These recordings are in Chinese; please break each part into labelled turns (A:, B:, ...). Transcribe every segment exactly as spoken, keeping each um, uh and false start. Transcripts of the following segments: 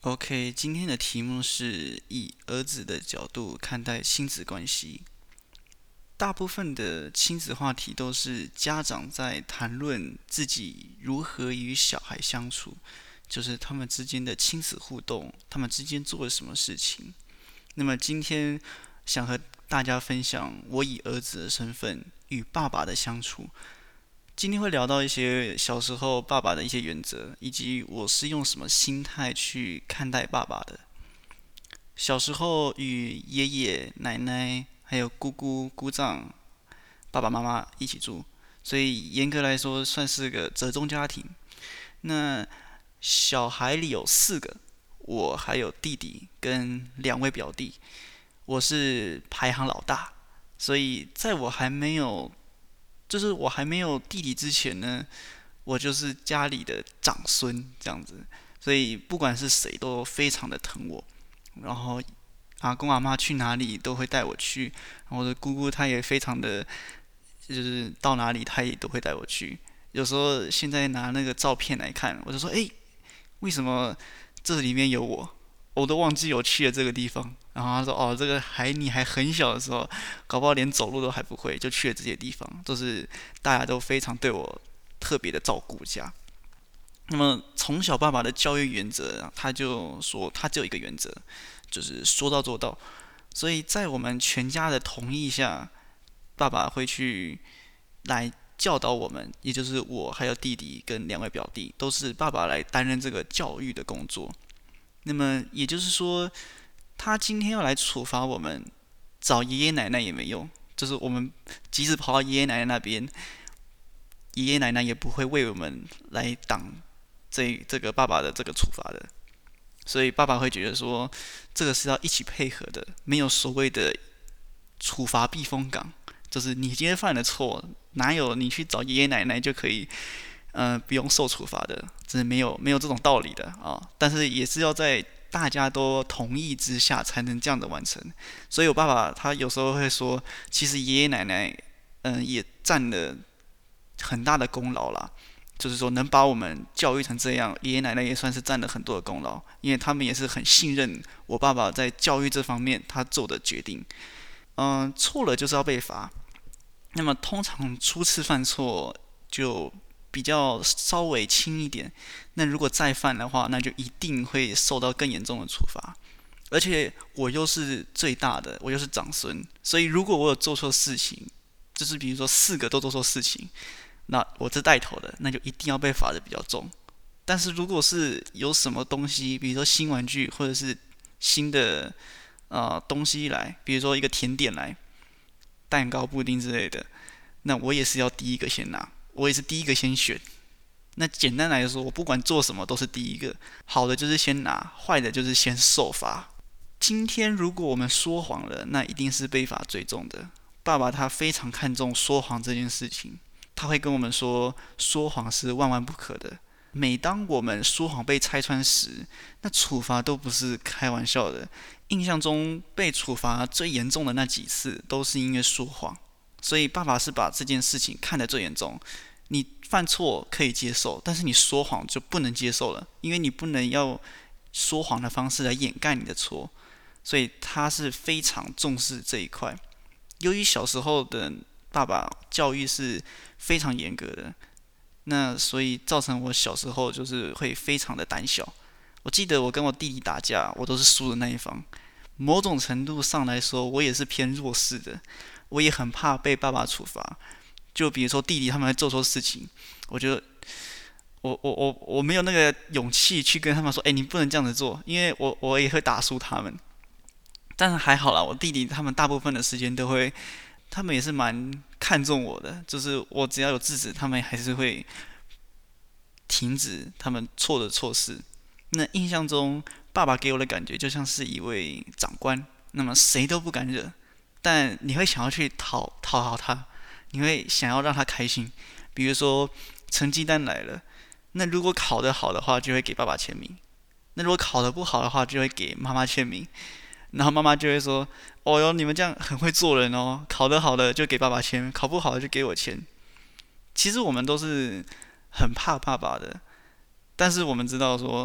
A: OK，今天的题目是以儿子的角度看待亲子关系。大部分的亲子话题都是家长在谈论自己如何与小孩相处，就是他们之间的亲子互动，他们之间做了什么事情。那么今天想和大家分享我以儿子的身份与爸爸的相处。今天会聊到一些小时候爸爸的一些原则，以及我是用什么心态去看待爸爸的。小时候与爷爷奶奶还有姑姑姑丈、爸爸妈妈一起住，所以严格来说算是个折中家庭。那小孩里有四个，我还有弟弟跟两位表弟，我是排行老大，所以在我还没有，就是我还没有弟弟之前呢，我就是家里的长孙这样子，所以不管是谁都非常的疼我。然后阿公阿妈去哪里都会带我去，然后我的姑姑她也非常的，就是到哪里她也都会带我去。有时候现在拿那个照片来看，我就说，哎，为什么这里面有我？我都忘记我去了这个地方。然后他说，哦，这个还你还很小的时候，搞不好连走路都还不会，就去了这些地方，都是大家都非常对我特别的照顾下。那么从小爸爸的教育原则，他就说他只有一个原则，就是说到做到。所以在我们全家的同意下，爸爸会去来教导我们，也就是我还有弟弟跟两位表弟，都是爸爸来担任这个教育的工作。那么也就是说，他今天要来处罚我们，找爷爷奶奶也没用，就是我们即使跑到爷爷奶奶那边，爷爷奶奶也不会为我们来挡这这个爸爸的这个处罚的。所以爸爸会觉得说，这个是要一起配合的，没有所谓的处罚避风港，就是你今天犯了错，哪有你去找爷爷奶奶就可以，呃，不用受处罚的，真的没有没有这种道理的啊。但是也是要在大家都同意之下才能这样的完成。所以我爸爸他有时候会说，其实爷爷奶奶，嗯、呃，也占了很大的功劳啦。就是说，能把我们教育成这样，爷爷奶奶也算是占了很多的功劳，因为他们也是很信任我爸爸在教育这方面他做的决定。嗯，错了就是要被罚。那么通常初次犯错就比较稍微轻一点，那如果再犯的话，那就一定会受到更严重的处罚。而且我又是最大的，我又是长孙，所以如果我有做错事情，就是比如说四个都做错事情，那我是带头的，那就一定要被罚的比较重。但是如果是有什么东西，比如说新玩具或者是新的呃东西来，比如说一个甜点来，蛋糕、布丁之类的，那我也是要第一个先拿，我也是第一个先选。那简单来说，我不管做什么都是第一个，好的就是先拿，坏的就是先受罚。今天如果我们说谎了，那一定是被罚最重的。爸爸他非常看重说谎这件事情，他会跟我们说，说谎是万万不可的。每当我们说谎被拆穿时，那处罚都不是开玩笑的。印象中被处罚最严重的那几次，都是因为说谎。所以爸爸是把这件事情看得最严重。你犯错可以接受，但是你说谎就不能接受了，因为你不能要说谎的方式来掩盖你的错。所以他是非常重视这一块。由于小时候的爸爸教育是非常严格的，那所以造成我小时候就是会非常的胆小。我记得我跟我弟弟打架，我都是输的那一方。某种程度上来说，我也是偏弱势的，我也很怕被爸爸处罚。就比如说弟弟他们在做错事情，我就我我我我没有那个勇气去跟他们说，哎、欸，你不能这样子做，因为我我也会打输他们。但是还好啦，我弟弟他们大部分的时间都会，他们也是蛮看重我的，就是我只要有制止，他们还是会停止他们错的错事。那印象中，爸爸给我的感觉就像是一位长官，那么谁都不敢惹，但你会想要去讨讨好他，你会想要让他开心。比如说成绩单来了，那如果考得好的话，就会给爸爸签名；那如果考得不好的话，就会给妈妈签名。然后妈妈就会说：“哦哟，你们这样很会做人哦，考得好的就给爸爸签，考不好的就给我签。”其实我们都是很怕爸爸的，但是我们知道说，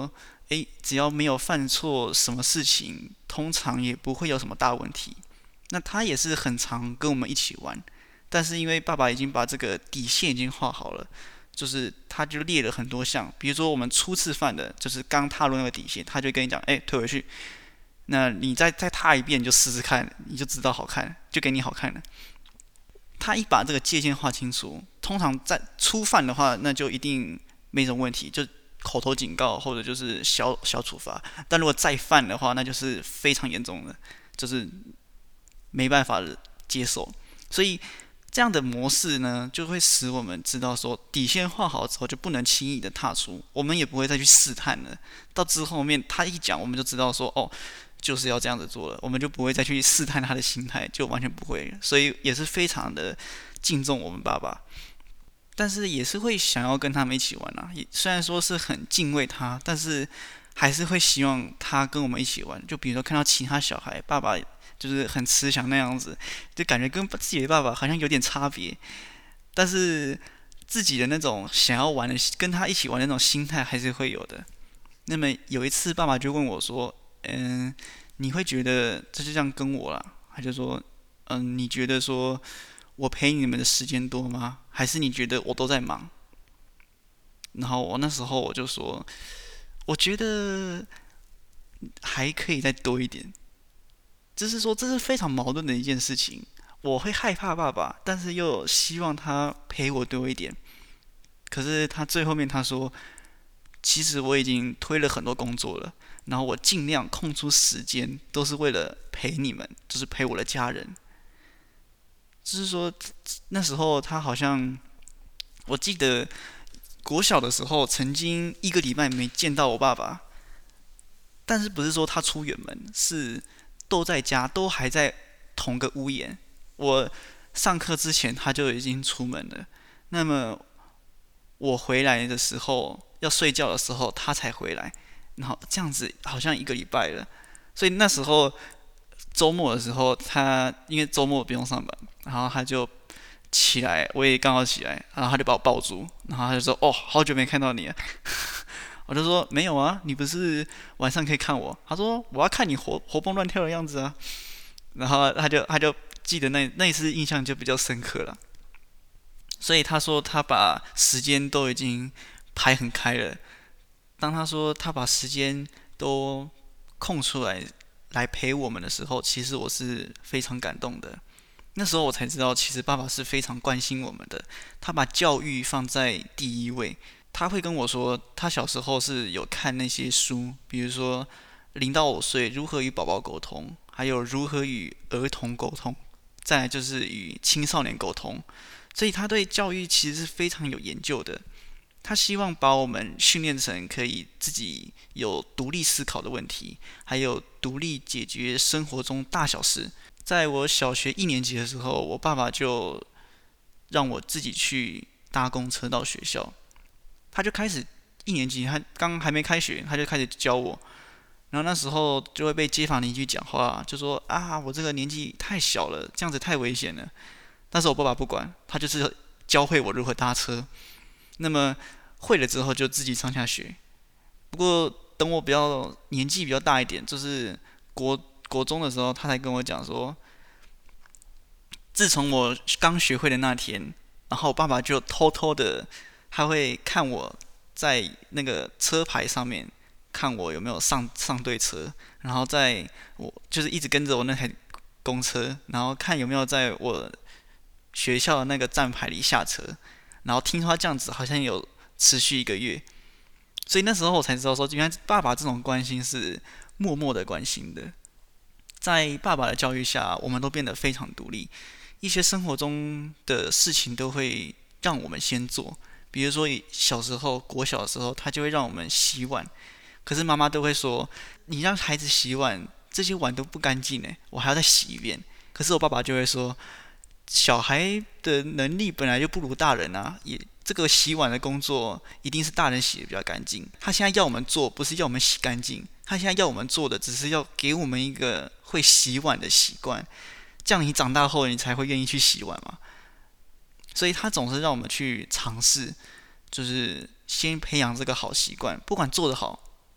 A: 诶，只要没有犯错什么事情，通常也不会有什么大问题。那他也是很常跟我们一起玩，但是因为爸爸已经把这个底线已经画好了，就是他就列了很多项，比如说我们初次犯的，就是刚踏入那个底线，他就跟你讲，哎，退回去，那你再再踏一遍，你就试试看，你就知道好看，就给你好看了。他一把这个界限划清楚，通常在初犯的话，那就一定没什么问题，就口头警告或者就是小小处罚。但如果再犯的话，那就是非常严重的，就是没办法接受。所以这样的模式呢，就会使我们知道说，底线画好之后就不能轻易的踏出，我们也不会再去试探了。到之后面他一讲，我们就知道说，哦，就是要这样子做了，我们就不会再去试探他的心态，就完全不会了。所以也是非常的敬重我们爸爸，但是也是会想要跟他们一起玩啊。也虽然说是很敬畏他，但是还是会希望他跟我们一起玩。就比如说看到其他小孩，爸爸就是很慈祥那样子，就感觉跟自己的爸爸好像有点差别，但是自己的那种想要玩的，跟他一起玩的那种心态还是会有的。那么有一次，爸爸就问我说：“嗯，你会觉得这就这样跟我啦？”他就说：“嗯，你觉得说我陪你们的时间多吗？还是你觉得我都在忙？”然后我那时候我就说：“我觉得还可以再多一点。”就是说，这是非常矛盾的一件事情。我会害怕爸爸，但是又希望他陪我多一点。可是他最后面他说：“其实我已经推了很多工作了，然后我尽量空出时间，都是为了陪你们，就是陪我的家人。”就是说，那时候他好像，我记得国小的时候，曾经一个礼拜没见到我爸爸，但是不是说他出远门，是都在家，都还在同个屋檐。我上课之前他就已经出门了，那么我回来的时候，要睡觉的时候他才回来，然后这样子好像一个礼拜了。所以那时候周末的时候，他因为周末不用上班，然后他就起来，我也刚好起来，然后他就把我抱住，然后他就说：“哦，好久没看到你了。”我就说：“没有啊，你不是晚上可以看我？”他说：“我要看你活活蹦乱跳的样子啊。”然后他就他就记得那那一次印象就比较深刻了。所以他说他把时间都已经排很开了。当他说他把时间都空出来来陪我们的时候，其实我是非常感动的。那时候我才知道，其实爸爸是非常关心我们的。他把教育放在第一位。他会跟我说，他小时候是有看那些书，比如说零到五岁如何与宝宝沟通，还有如何与儿童沟通，再来就是与青少年沟通。所以他对教育其实是非常有研究的。他希望把我们训练成可以自己有独立思考的问题，还有独立解决生活中大小事。在我小学一年级的时候，我爸爸就让我自己去搭公车到学校。他就开始一年级，他刚还没开学，他就开始教我。然后那时候就会被街坊邻居讲话，就说啊，我这个年纪太小了，这样子太危险了。但是我爸爸不管，他就是教会我如何搭车。那么会了之后就自己上下学。不过等我比较年纪比较大一点，就是国国中的时候，他才跟我讲说，自从我刚学会的那天，然后我爸爸就偷偷的，他会看我在那个车牌上面看我有没有上上对车，然后在我就是一直跟着我那台公车，然后看有没有在我学校的那个站牌里下车，然后听说他这样子好像有持续一个月。所以那时候我才知道说，原来爸爸这种关心是默默的关心的。在爸爸的教育下，我们都变得非常独立，一些生活中的事情都会让我们先做。比如说小时候国小的时候，他就会让我们洗碗，可是妈妈都会说：“你让孩子洗碗，这些碗都不干净呢，我还要再洗一遍。”可是我爸爸就会说：“小孩的能力本来就不如大人啊，也这个洗碗的工作一定是大人洗的比较干净。他现在要我们做，不是要我们洗干净，他现在要我们做的，只是要给我们一个会洗碗的习惯。这样你长大后，你才会愿意去洗碗嘛。”所以他总是让我们去尝试，就是先培养这个好习惯，不管做得好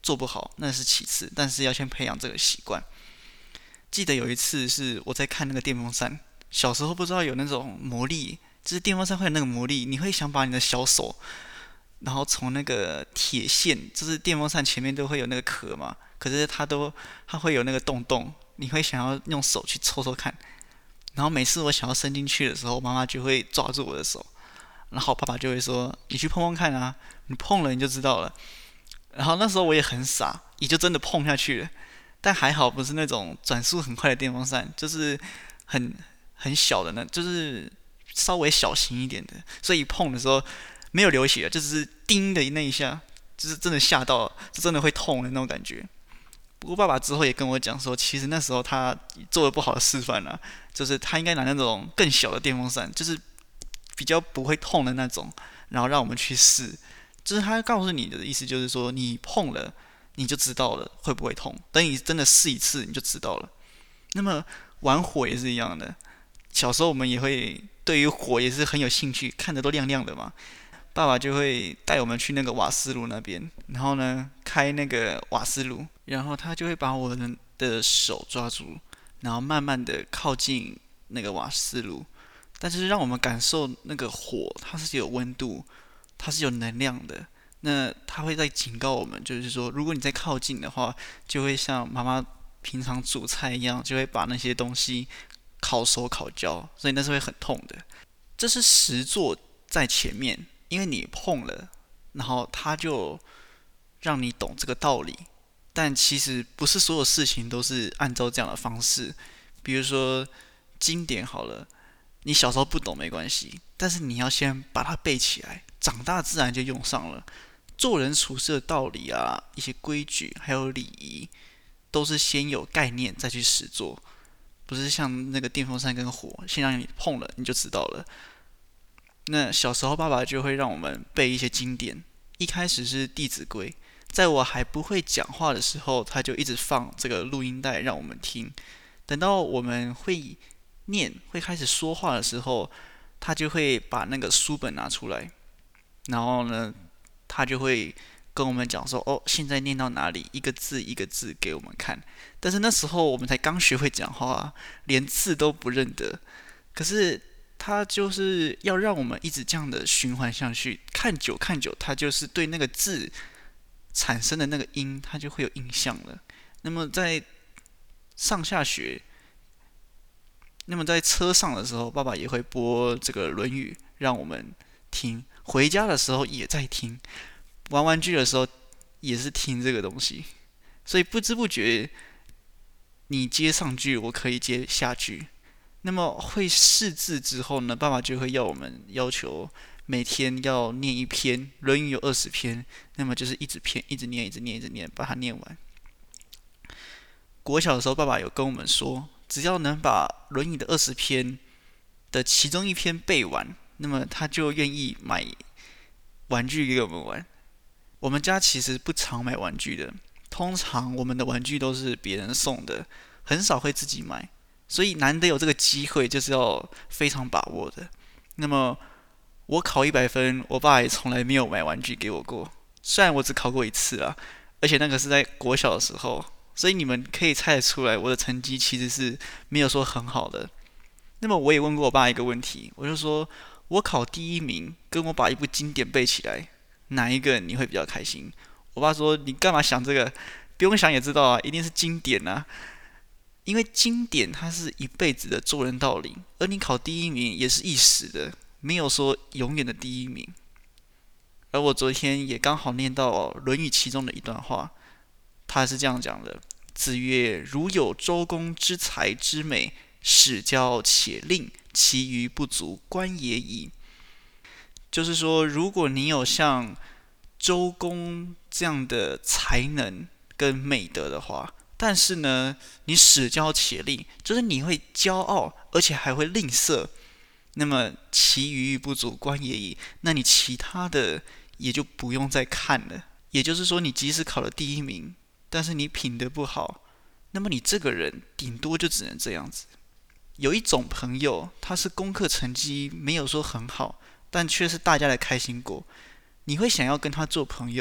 A: 做不好那是其次，但是要先培养这个习惯。记得有一次是我在看那个电风扇，小时候不知道有那种魔力，就是电风扇会有那个魔力，你会想把你的小手，然后从那个铁线，就是电风扇前面都会有那个壳嘛，可是它都它会有那个洞洞，你会想要用手去抽抽看，然后每次我想要伸进去的时候，妈妈就会抓住我的手，然后爸爸就会说：“你去碰碰看啊，你碰了你就知道了。”然后那时候我也很傻，也就真的碰下去了。但还好不是那种转速很快的电风扇，就是很很小的那，就是稍微小型一点的，所以碰的时候没有流血，就只是叮的那一下，就是真的吓到了，就真的会痛的那种感觉。不过爸爸之后也跟我讲说，其实那时候他做了不好的示范啊，就是他应该拿那种更小的电风扇，就是比较不会痛的那种，然后让我们去试。就是他告诉你的意思，就是说你碰了，你就知道了会不会痛。等你真的试一次，你就知道了。那么玩火也是一样的，小时候我们也会对于火也是很有兴趣，看着都亮亮的嘛。爸爸就会带我们去那个瓦斯炉那边，然后呢开那个瓦斯炉，然后他就会把我的手抓住，然后慢慢的靠近那个瓦斯炉，但是让我们感受那个火，它是有温度，它是有能量的。那他会在警告我们，就是说，如果你再靠近的话，就会像妈妈平常煮菜一样，就会把那些东西烤熟烤焦，所以那是会很痛的。这是实作在前面，因为你碰了，然后他就让你懂这个道理。但其实不是所有事情都是按照这样的方式。比如说经典好了，你小时候不懂没关系，但是你要先把它背起来，长大自然就用上了。做人处事的道理啊，一些规矩还有礼仪，都是先有概念再去实做，不是像那个电风扇跟火，先让你碰了你就知道了。那小时候爸爸就会让我们背一些经典，一开始是《弟子规》，在我还不会讲话的时候，他就一直放这个录音带让我们听。等到我们会念、会开始说话的时候，他就会把那个书本拿出来，然后呢，他就会跟我们讲说：“哦，现在念到哪里？一个字一个字给我们看。”但是那时候我们才刚学会讲话啊，连字都不认得。可是他就是要让我们一直这样的循环下去，看久看久，他就是对那个字产生的那个音，他就会有印象了。那么在上下学，那么在车上的时候，爸爸也会播这个《论语》让我们听，回家的时候也在听，玩玩具的时候也是听这个东西，所以不知不觉你接上句，我可以接下句。那么会识字之后呢，爸爸就会要我们要求每天要念一篇，《论语》有二十篇，那么就是一直篇一直念，一直念，一直念，把它念完。国小的时候，爸爸有跟我们说，只要能把《论语》的二十篇的其中一篇背完，那么他就愿意买玩具给我们玩。我们家其实不常买玩具的，通常我们的玩具都是别人送的，很少会自己买。所以难得有这个机会，就是要非常把握的。那么我考一百分，我爸也从来没有买玩具给我过。虽然我只考过一次啊，而且那个是在国小的时候，所以你们可以猜得出来，我的成绩其实是没有说很好的。那么我也问过我爸一个问题，我就说我考第一名，跟我把一部经典背起来，哪一个你会比较开心？我爸说你干嘛想这个？不用想也知道啊，一定是经典啊。因为经典它是一辈子的做人道理，而你考第一名也是一时的，没有说永远的第一名。而我昨天也刚好念到《哦论语》其中的一段话，他是这样讲的：子曰：如有周公之才之美，使教且令，其余不足观也已。就是说，如果你有像周公这样的才能跟美德的话，但是呢，你使骄且吝，就是你会骄傲，而且还会吝啬。那么其余不足观也已，那你其他的也就不用再看了。也就是说，你即使考了第一名，但是你品德不好，那么你这个人顶多就只能这样子。有一种朋友，他是功课成绩没有说很好，但却是大家的开心果，你会想要跟他做朋友，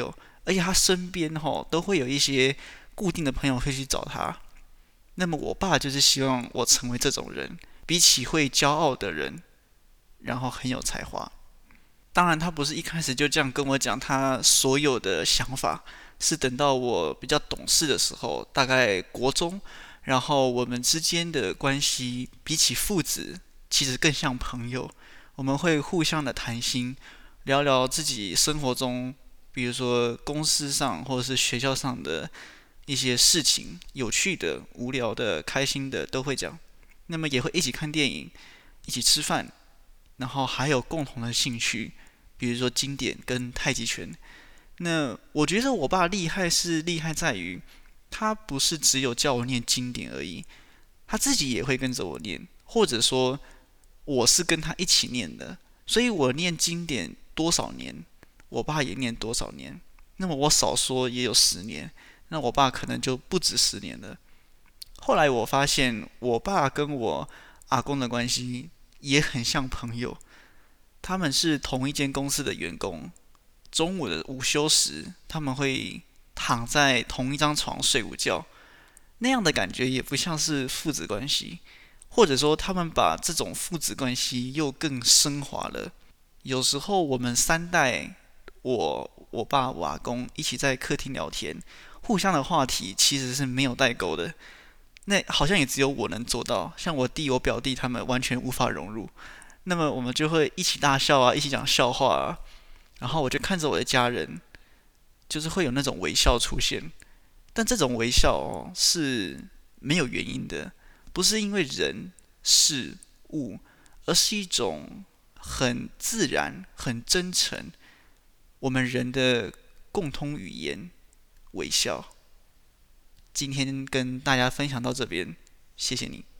A: 而且他身边吼都会有一些固定的朋友会去找他。那么我爸就是希望我成为这种人，比起会骄傲的人，然后很有才华。当然，他不是一开始就这样跟我讲他所有的想法，是等到我比较懂事的时候，大概国中，然后我们之间的关系比起父子，其实更像朋友。我们会互相的谈心，聊聊自己生活中，比如说公司上或者是学校上的一些事情，有趣的、无聊的、开心的都会讲。那么也会一起看电影，一起吃饭，然后还有共同的兴趣，比如说经典跟太极拳。那我觉得我爸厉害是厉害在于，他不是只有叫我念经典而已，他自己也会跟着我念，或者说我是跟他一起念的，所以我念经典多少年，我爸也念多少年。那么我少说也有十年，那我爸可能就不止十年了。后来我发现，我爸跟我阿公的关系也很像朋友，他们是同一间公司的员工，中午的午休时，他们会躺在同一张床睡午觉，那样的感觉也不像是父子关系，或者说他们把这种父子关系又更升华了。有时候我们三代，我、我爸、我阿公一起在客厅聊天，互相的话题其实是没有代沟的。那好像也只有我能做到，像我弟、我表弟他们完全无法融入。那么我们就会一起大笑啊，一起讲笑话啊，然后我就看着我的家人，就是会有那种微笑出现。但这种微笑哦是没有原因的，不是因为人事物，而是一种很自然、很真诚，我们人的共通语言——微笑。今天跟大家分享到这边，谢谢你。